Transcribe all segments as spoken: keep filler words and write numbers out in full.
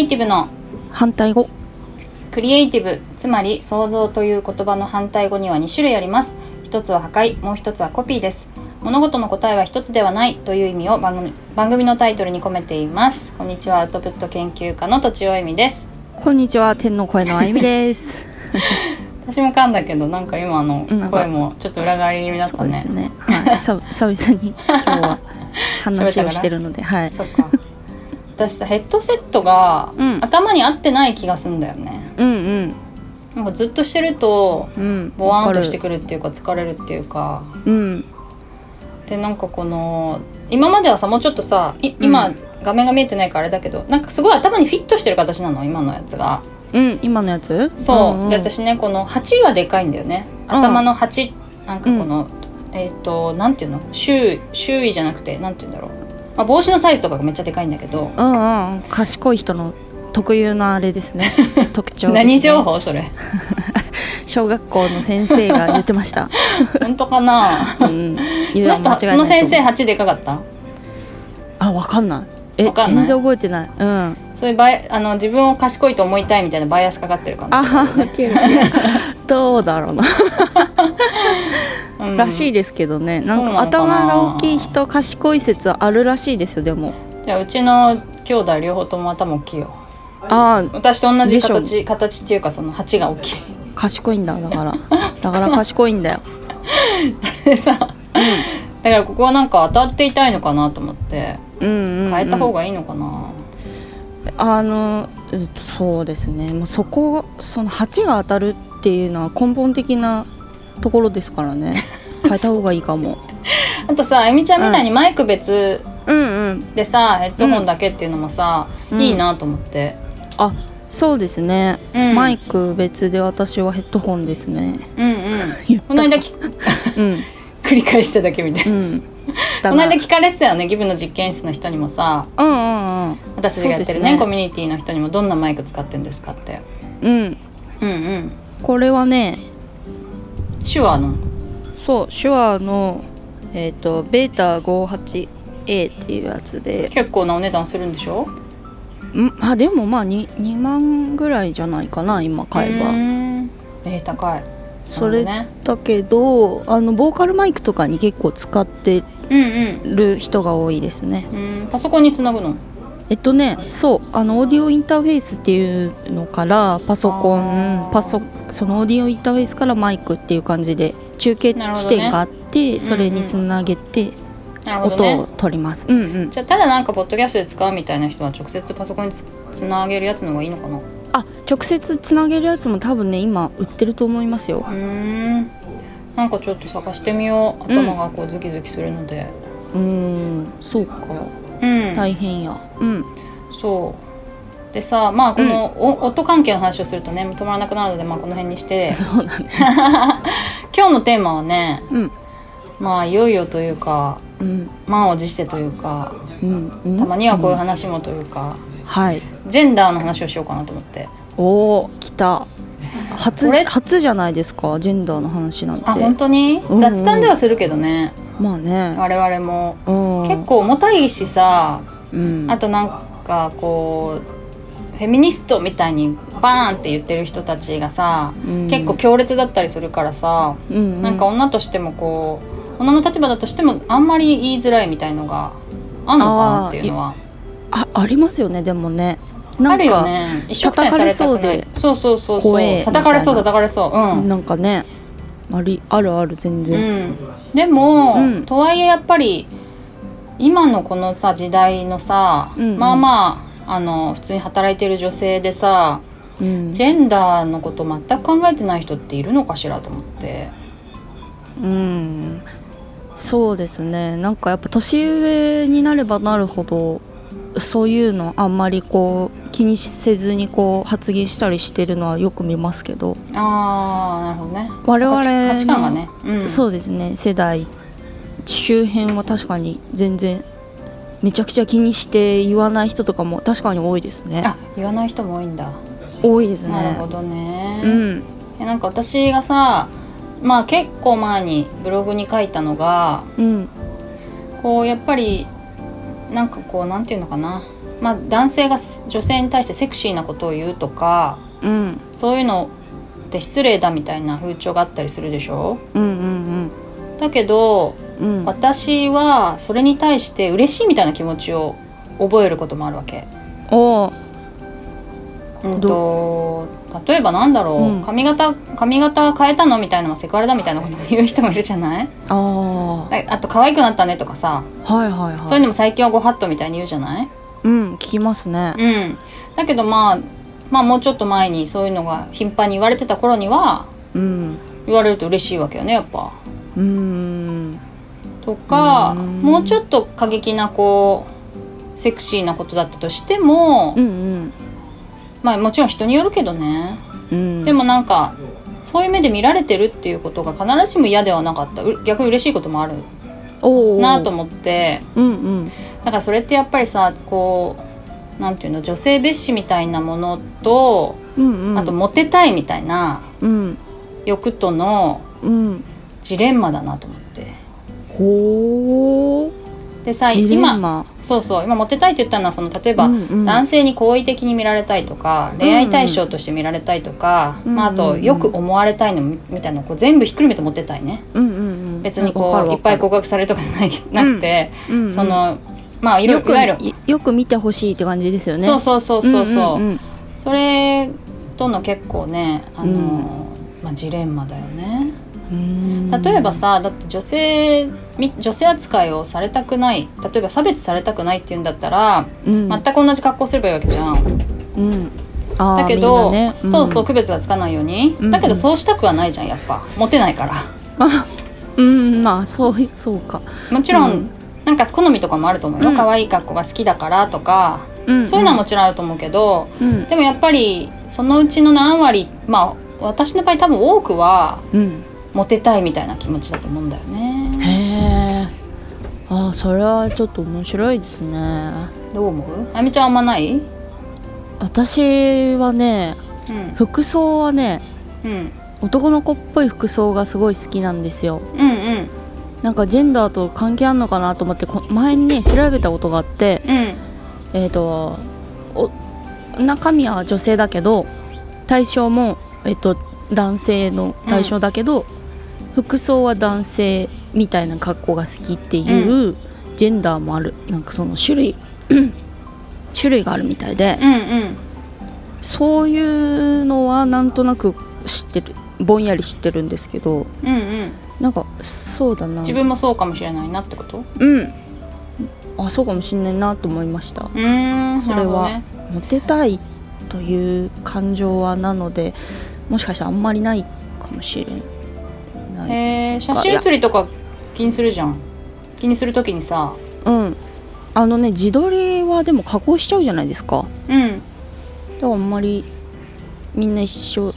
イティブの反対語。 クリエイティブ、つまり創造という言葉の反対語にはに種類あります。一つは破壊、もう一つはコピーです。物事の答えは一つではないという意味を番組、番組のタイトルに込めています。こんにちは、アウトプット研究家のとちおえみです。 こんにちは、天の声のあゆみです私も噛んだけど、なんか今の声もちょっと裏返り気味だったね。 そうですね、はい、久々に今日は話をしてるのではい。 そっか。私さ、ヘッドセットが頭に合ってない気がするんだよね。 うんうん。 なんかずっとしてると、 うん、 ボワーンとしてくるっていうか疲れるっていうか、 うん、 でなんかこの今まではさ、もうちょっとさ、い今、うん、画面が見えてないからあれだけど、なんかすごい頭にフィットしてる形なの、今のやつが。 うん、今のやつそう、 うんうん、で私ね、この鉢がでかいんだよね、頭の鉢、うん、なんかこの、うん、えっ、ー、となんていうの、周周囲じゃなくてなんていうんだろう、まあ、帽子のサイズとかがめっちゃでかいんだけど、 うんうん、賢い人の特有なあれですね特徴ですね。 何情報それ小学校の先生が言ってました本当かな、うん、その人、その先生鉢でかかった？ あ、わかんない。え、全然覚えてない。うん。 そういうバイあの自分を賢いと思いたいみたいなバイアスかかってるかもしれない、ね、 あ、けるどうだろうな、うん、らしいですけどね。なんか頭が大きい人賢い説あるらしいですよ。でもじゃあうちの兄弟両方とも頭大きいよ。 あ、 私と同じ形形っていうか、その鉢が大きい。 賢いんだ、だからだから賢いんだよでさ、うん、だからここはなんか当たっていたいのかなと思って、 うんうんうん、 変えた方がいいのかな。 あのそうですね、もうそこ、その鉢が当たるっていうのは根本的なところですからね変えた方がいいかもあとさ、あゆみちゃんみたいにマイク別でさ、 うん、 ヘッドホンだけっていうのもさ、うん、いいなと思って。 あ、そうですね、うん、マイク別で私はヘッドホンですね。 うんうんこの間き、うん、繰り返しただけみたいな、うん、この間聞かれてたよね、ギブの実験室の人にもさ、 うんうんうん、 私がやってる ね, ねコミュニティの人にもどんなマイク使ってるんですかって、 うん、うんうんこれはね、 手話のそう手話の、えーと、ベータ ごじゅうはちエー っていうやつで、 結構なお値段するんでしょ？ んあでもまあ 2, にまんぐらいじゃないかな、今買えば。 えー、高い。 それだけど、あのボーカルマイクとかに結構使ってる人が多いですね。 うんうん、パソコンにつなぐの？ えっとね、そう、あのオーディオインターフェースっていうのからパソコン、パソそのオーディオインターフェースからマイクっていう感じで中継地点があって、ね、それにつなげて音を取ります、うんうん、 じゃあただなんかポッドキャストで使うみたいな人は直接パソコンに つ, つなげるやつの方がいいのかな？ あ、直接つなげるやつも多分ね今売ってると思いますよ。 うーん、なんかちょっと探してみよう。頭がこうズキズキするので。 うーん、そうか、うん、大変や。うん、そうでさ、まあこの、うん、音関係の話をするとね止まらなくなるので、まあこの辺にして。 そうだね今日のテーマはね、 うん、 まあいよいよというか、うん、満を持してというか、うんうん、たまにはこういう話もというか、うん、はい、ジェンダーの話をしようかなと思って。 おー、来た。初初じゃないですか、ジェンダーの話なんて。 あ、本当に、うんうん、雑談ではするけどね、 まあね、 我々も、うん、結構重たいしさ、うん、あとなんかこうフェミニストみたいにバーンって言ってる人たちがさ、うん、結構強烈だったりするからさ、うんうん、なんか女としてもこう女の立場だとしてもあんまり言いづらいみたいのがあんのかなっていうのはあ, あ, ありますよね。でもね、なんかあるよね、 一緒くたにされたくない。そうそうそうそう、叩かれそう叩かれそう、うん、 なんかね、ありあるある全然、うん、 でも、うん、とはいえやっぱり今のこのさ時代のさ、うんうん、まあまああの普通に働いてる女性でさ、うん、ジェンダーのこと全く考えてない人っているのかしらと思って。 うん、そうですね。なんかやっぱ年上になればなるほどそういうのあんまりこう気にせずにこう発言したりしてるのはよく見ますけど。 あー、なるほどね。 我々の価値観がね、うん、 そうですね、世代周辺は確かに全然めちゃくちゃ気にして言わない人とかも確かに多いですね。 あ、言わない人も多いんだ。 多いですね。 なるほどね、 うん、 なんか私がさ、まあ結構前にブログに書いたのが、うん、こうやっぱりなんかこうなんていうのかな、 まあ、男性が女性に対してセクシーなことを言うとか、 うん、 そういうのって失礼だみたいな風潮があったりするでしょ、 うんうんうん、 だけど、 うん、 私はそれに対して嬉しいみたいな気持ちを覚えることもあるわけ。 お、 うんと例えばなんだろう、うん、髪型髪型変えたのみたいなのはセクハラだみたいなことを言う人もいるじゃない。 ああと可愛くなったねとかさ、 はいはいはい、 そういうのも最近はご法度みたいに言うじゃない。 うん、聞きますね。 うん、だけど、まあ、まあもうちょっと前にそういうのが頻繁に言われてた頃には、 うん、 言われると嬉しいわけよねやっぱ。 うーんとか、うんもうちょっと過激なこうセクシーなことだったとしても、 うんうんまあもちろん人によるけどね、 うん、 でもなんかそういう目で見られてるっていうことが必ずしも嫌ではなかった。逆に嬉しいこともあるなと思って、 うんうん、 だからそれってやっぱりさ、こうなんていうの、女性蔑視みたいなものと、 うんうん、 あとモテたいみたいな欲とのジレンマだなと思って、 うん、ほーでさ、今そうそう今モテたいって言ったのはその例えば、うんうん、男性に好意的に見られたいとか恋愛対象として見られたいとか、うんうん、まあ、あとよく思われたいのみたいなのをこう全部ひっくるめてモテたいね、 うんうんうん、 別にこういっぱい告白されるとかじゃなくて、うんうんうん、そのまあいろいろいわゆるよく見てほしいって感じですよね。 そうそうそうそうそう、うんうんうん、それとの結構ねあの、うんまあ、ジレンマだよね。 うん例えばさ、だって女性女性扱いをされたくない、例えば差別されたくないっていうんだったら、うん、全く同じ格好すればいいわけじゃん、うん、だけど、ねうん、そうそう区別がつかないように、うんうん、だけどそうしたくはないじゃんやっぱモテないからあうんまあそうそうか、 もちろん、うん、なんか好みとかもあると思うよ、うん、可愛い格好が好きだからとか、うんうん、そういうのはもちろんあると思うけど、うん、でもやっぱりそのうちの何割、まあ私の場合多分多くは、うんモテたいみたいな気持ちだと思うんだよね。 へえ、あ、それはちょっと面白いですね。 どう思う？あみちゃんあんまない？ 私はね、うん、服装はね、うん、男の子っぽい服装がすごい好きなんですよ。 うんうん。 なんかジェンダーと関係あんのかなと思って前にね調べたことがあって、うん、えっとお中身は女性だけど対象もえっと男性の対象だけど、うん服装は男性みたいな格好が好きっていうジェンダーもある、なんかその種類種類があるみたいで、 うんうん、 そういうのはなんとなく知ってる、ぼんやり知ってるんですけど、 うんうん、 なんかそうだな、 自分もそうかもしれないなってこと？ うんあそうかもしれないなと思いました。 うーんそれは、 ね、 モテたいという感情はなのでもしかしたらあんまりないかもしれない。 へー、写真写りとか気にするじゃん。気にするときにさ、 うんあのね自撮りはでも加工しちゃうじゃないですか。 うんだからあんまりみんな一緒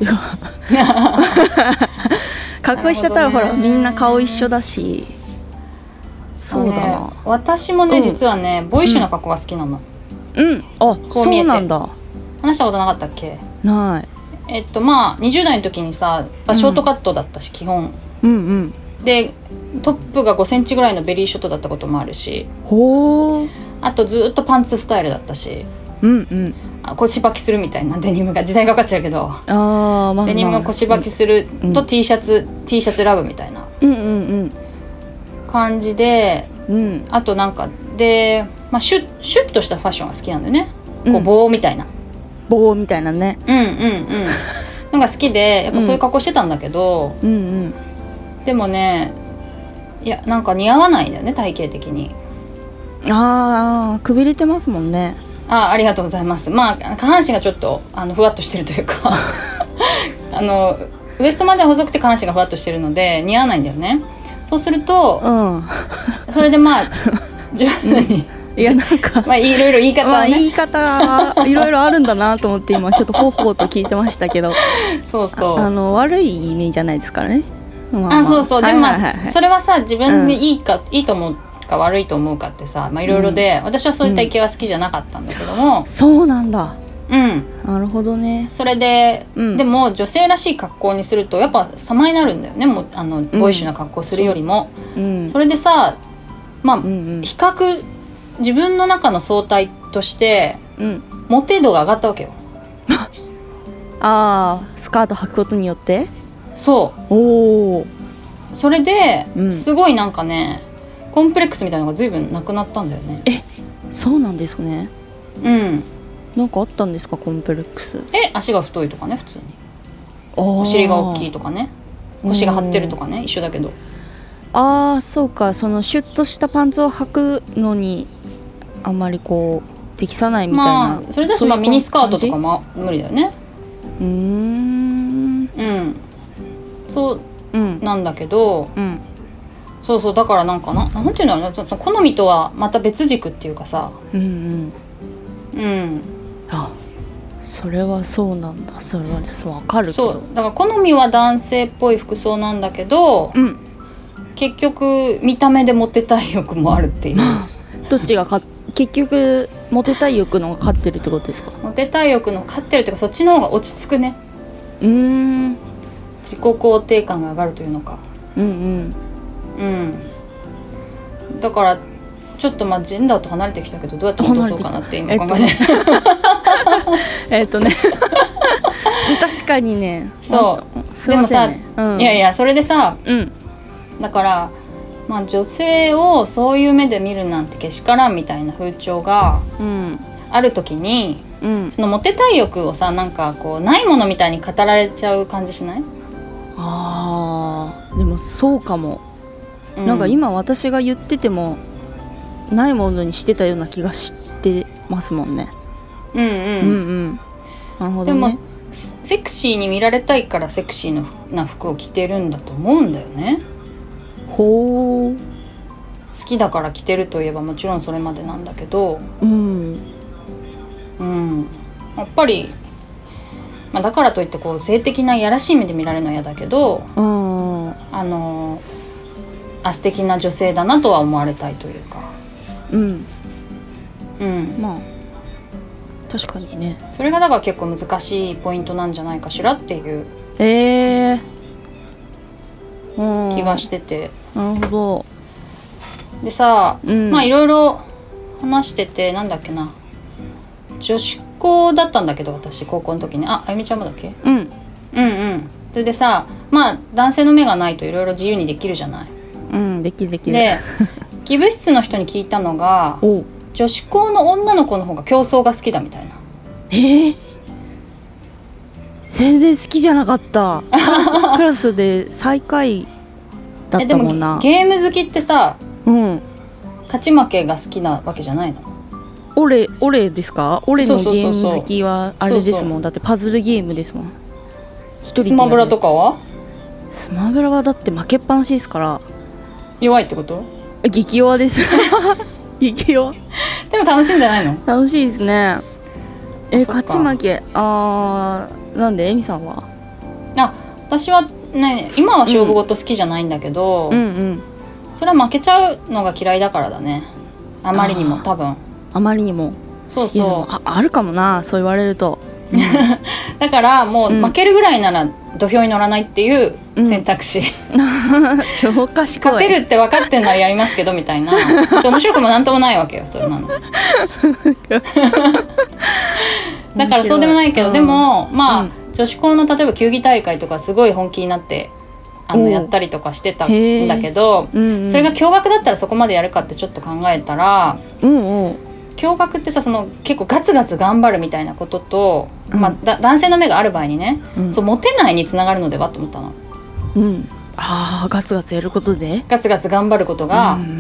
加工しちゃったらほらみんな顔一緒だし、そうだな、ね、 私もね、うん、実はねボーイッシュな格好が好きなの。 うん、うん、あそうなんだ。 話したことなかったっけ？ ない。 えっとまあにじゅう代の時にさショートカットだったし、うん、基本、 うんうん、 でトップがごセンチぐらいのベリーショートだったこともあるし、 ほー、 あとずっとパンツスタイルだったし、 うんうん、 あ腰履きするみたいなデニムが時代がかかっちゃうけど、 あ、まあまあ、 デニムが腰履きすると T シャツ、うん、T シャツラブみたいな感じで、 うん、 あとなんかで、まあ、シュッシュッとしたファッションが好きなんだよね、うん、こう棒みたいな棒みたいなね、 うんうんうんなんか好きでやっぱそういう格好してたんだけど、 うんうんうん、 でもねいやなんか似合わないんだよね体型的に。 ああくびれてますもんね。 あありがとうございます。まあ下半身がちょっとあのふわっとしてるというかあのウエストまでは細くて下半身がふわっとしてるので似合わないんだよね。そうすると、 うん、 それでまあ十分にいやなんかまあいろいろ言い方はね、 まあ、言い方いろいろあるんだなと思って今ちょっとほうほうと聞いてましたけどそうそうあ, あの悪い意味じゃないですからね、 まあまあ、あそうそうでも、まあはいはいはい、それはさ自分でいいか、うん、いいと思うか悪いと思うかってさいろいろで、うん、私はそういった意見は好きじゃなかったんだけども、 うん、そうなんだ、 うん、 なるほどね。 それで、うん、でも女性らしい格好にするとやっぱ様になるんだよね、もうあのボーイッシュな格好するよりも、うん、そ, それでさまあ、うんうん、比較自分の中の相対っとして、 うん、 モテ度が上がったわけよあースカート履くことによって。 そうおーそれで、 うん、 すごいなんかねコンプレックスみたいなのが随分なくなったんだよね。 えそうなんですね。 うんなんかあったんですかコンプレックス。 え足が太いとかね普通にお尻が大きいとかね腰が張ってるとかね一緒だけど。 ああそうかそのシュッとしたパンツを履くのにあんまりこう適さないみたいな、 まあそれだしまあミニスカートとかも無理だよね。 うーんうんそううんなんだけど、 うん、 そうそうだからなんかななんていうのその好みとはまた別軸っていうかさうんうんうんあそれはそうなんだ。それはそう分かるけどそうだから好みは男性っぽい服装なんだけど、 うん、 結局見た目でモテたい欲もあるっていうどっちがか結局モテたい欲のが勝ってるってことですか。 モテたい欲の勝ってるっていうかそっちの方が落ち着くね。 うーん自己肯定感が上がるというのかうんうんうんだからちょっとまあジェンダーと離れてきたけどどうやって戻そうかなって今考えてえっとね確かにねそうすいません、ね、 でもさ、うん、いやいやそれでさ、 うん、 だからまあ女性をそういう目で見るなんてけしからんみたいな風潮がある時に、うん、そのモテたい欲をさなんかこうないものみたいに語られちゃう感じしない？ あーでもそうかも、うん、なんか今私が言っててもないものにしてたような気がしてますもんね。 うんうん、 うんうんなるほどね。 でもセクシーに見られたいからセクシーな服を着てるんだと思うんだよね。 ほう好きだから着てるといえばもちろんそれまでなんだけどうんうんやっぱり、まあ、だからといってこう性的なやらしい目で見られるのは嫌だけど、 うん、 あのあ素敵な女性だなとは思われたいというかうんうんまあ確かにねそれがだから結構難しいポイントなんじゃないかしらっていうえー、気がしてて、 なるほど。 でさ、 うん、 まあいろいろ話しててなんだっけな女子校だったんだけど私高校の時にああゆみちゃんもだっけ、 うん、 うんうんそれでさまあ男性の目がないといろいろ自由にできるじゃない。 うんできるできる。 で義務室の人に聞いたのが女子校の女の子の方が競争が好きだみたいな。 えー、全然好きじゃなかったクラス、クラスで最下位だったもんな。 でもゲーム好きってさ、 うん、 勝ち負けが好きなわけじゃないの？ オレ、オレですか？オレのゲーム好きはあれですもん。そうそうだってパズルゲームですもん。一人で。 スマブラとかは？ スマブラはだって負けっぱなしですから。 弱いってこと？ 激弱です激弱でも楽しいんじゃないの？ 楽しいですね。え勝ち負けあーなんでエミさんは？ あ私はね今は勝負事好きじゃないんだけど、 うんうんうん、 それは負けちゃうのが嫌いだからだね。あまりにも多分あまりにもそうそうあ, あるかもなそう言われると、 うん、だからもう負けるぐらいなら土俵に乗らないっていう選択肢、 うん、超賢い勝てるって分かってんならやりますけどみたいな面白くもなんともないわけよそれなのだからそうでもないけど、うん、でもまあ、うん、女子校の例えば球技大会とかすごい本気になってあのやったりとかしてたんだけど、うんうん、それが共学だったらそこまでやるかってちょっと考えたら、 うんうん、 共学ってさその結構ガツガツ頑張るみたいなことと、うんまあ、だ男性の目がある場合にね、うん、そうモテないにつながるのではと思ったの、 うん、あガツガツやることでガツガツ頑張ることが、うんうん、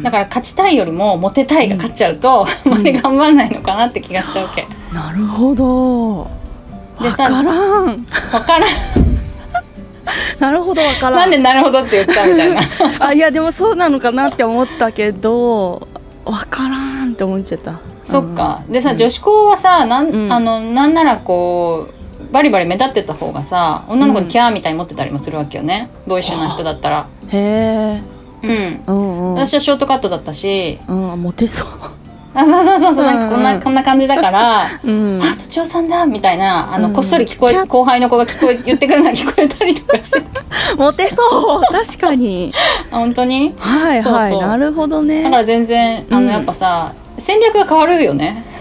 だから勝ちたいよりもモテたいが勝っちゃうと、うん、あまり頑張らないのかなって気がしたわけ、 うん、なるほど分からん分からんなるほど分からんなんでなるほどって言ったみたいなあいやでもそうなのかなって思ったけど分からんって思っちゃった。 そっかでさ、うん、女子校はさなん、うん、あのなんならこうバリバリ目立ってた方がさ女の子にキャーみたいに持ってたりもするわけよね、うん、ボーイッシュな人だったら。 へー、うんうんうん、私はショートカットだったし、 うん、モテそうあそうそうそうそうなんかこんな、うん、こんな感じだから、うん、あとちおさんだみたいなあの、うん、こっそり聞こえ後輩の子が聞こえ言ってくるのが聞こえたりとかしてモテそう確かにあ本当にはいはいそうそうなるほどね。 だから全然あの、うん、やっぱさ戦略が変わるよね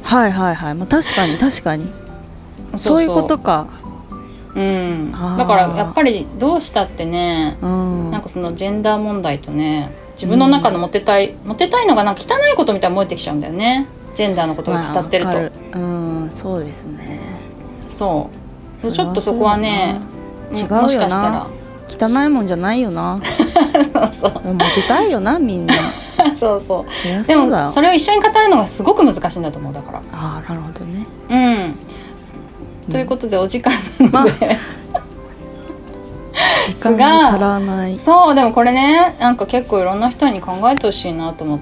はいはいはい、まあ、確かに確かにそうそういうことか。 うん、だからやっぱりどうしたってね、うん、なんかそのジェンダー問題とね自分の中のモテたい、うん、モテたいのがなんか汚いことみたいに燃えてきちゃうんだよね、ジェンダーのことを語ってると、まあ、 うんそうですね。 そうそうちょっとそこはね違うよな、もしかしたら汚いもんじゃないよなそうそうモテたいよなみんなそうそう、でもそれを一緒に語るのがすごく難しいんだと思う。だからああなるほどね。 うんということでお時間なので、まあ、 時間が足らない。 そうでもこれねなんか結構いろんな人に考えてほしいなと思って、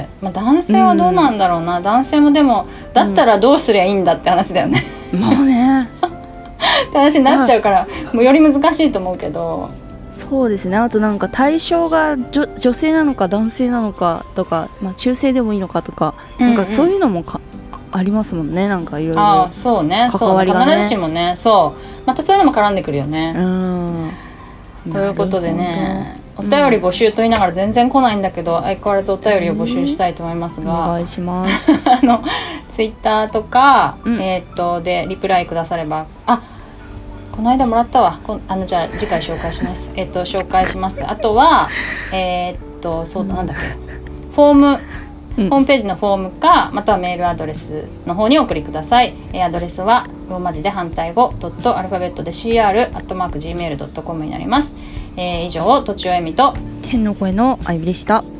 まあ、男性はどうなんだろうな、うん、男性もでもだったらどうすりゃいいんだって話だよね、 うん、もうねって話になっちゃうからもうより難しいと思うけど。 そうですね。あとなんか対象が 女, 女性なのか男性なのかとか、まあ、中性でもいいのかとか、うんうん、なんかそういうのもかありますもんね。なんかいろいろ関わりがね。あそうねそう必ずしもねそうまたそういうのも絡んでくるよね。うんということでねお便り募集と言いながら全然来ないんだけど、うん、相変わらずお便りを募集したいと思いますが、 お願いしますあのツイッターとか、うん、えー、っとでリプライくださればあこの間もらったわこあのじゃあ次回紹介しますえっと紹介します。あとはえー、っとそうだなんだっけフォームホームページのフォームかまたはメールアドレスの方にお送りください。えー、アドレスはローマ字で反対語ドットアルファベットで シーアール アットマーク ジーメール ドットコム になります。えー、以上とちおえみと天の声のあゆみでした。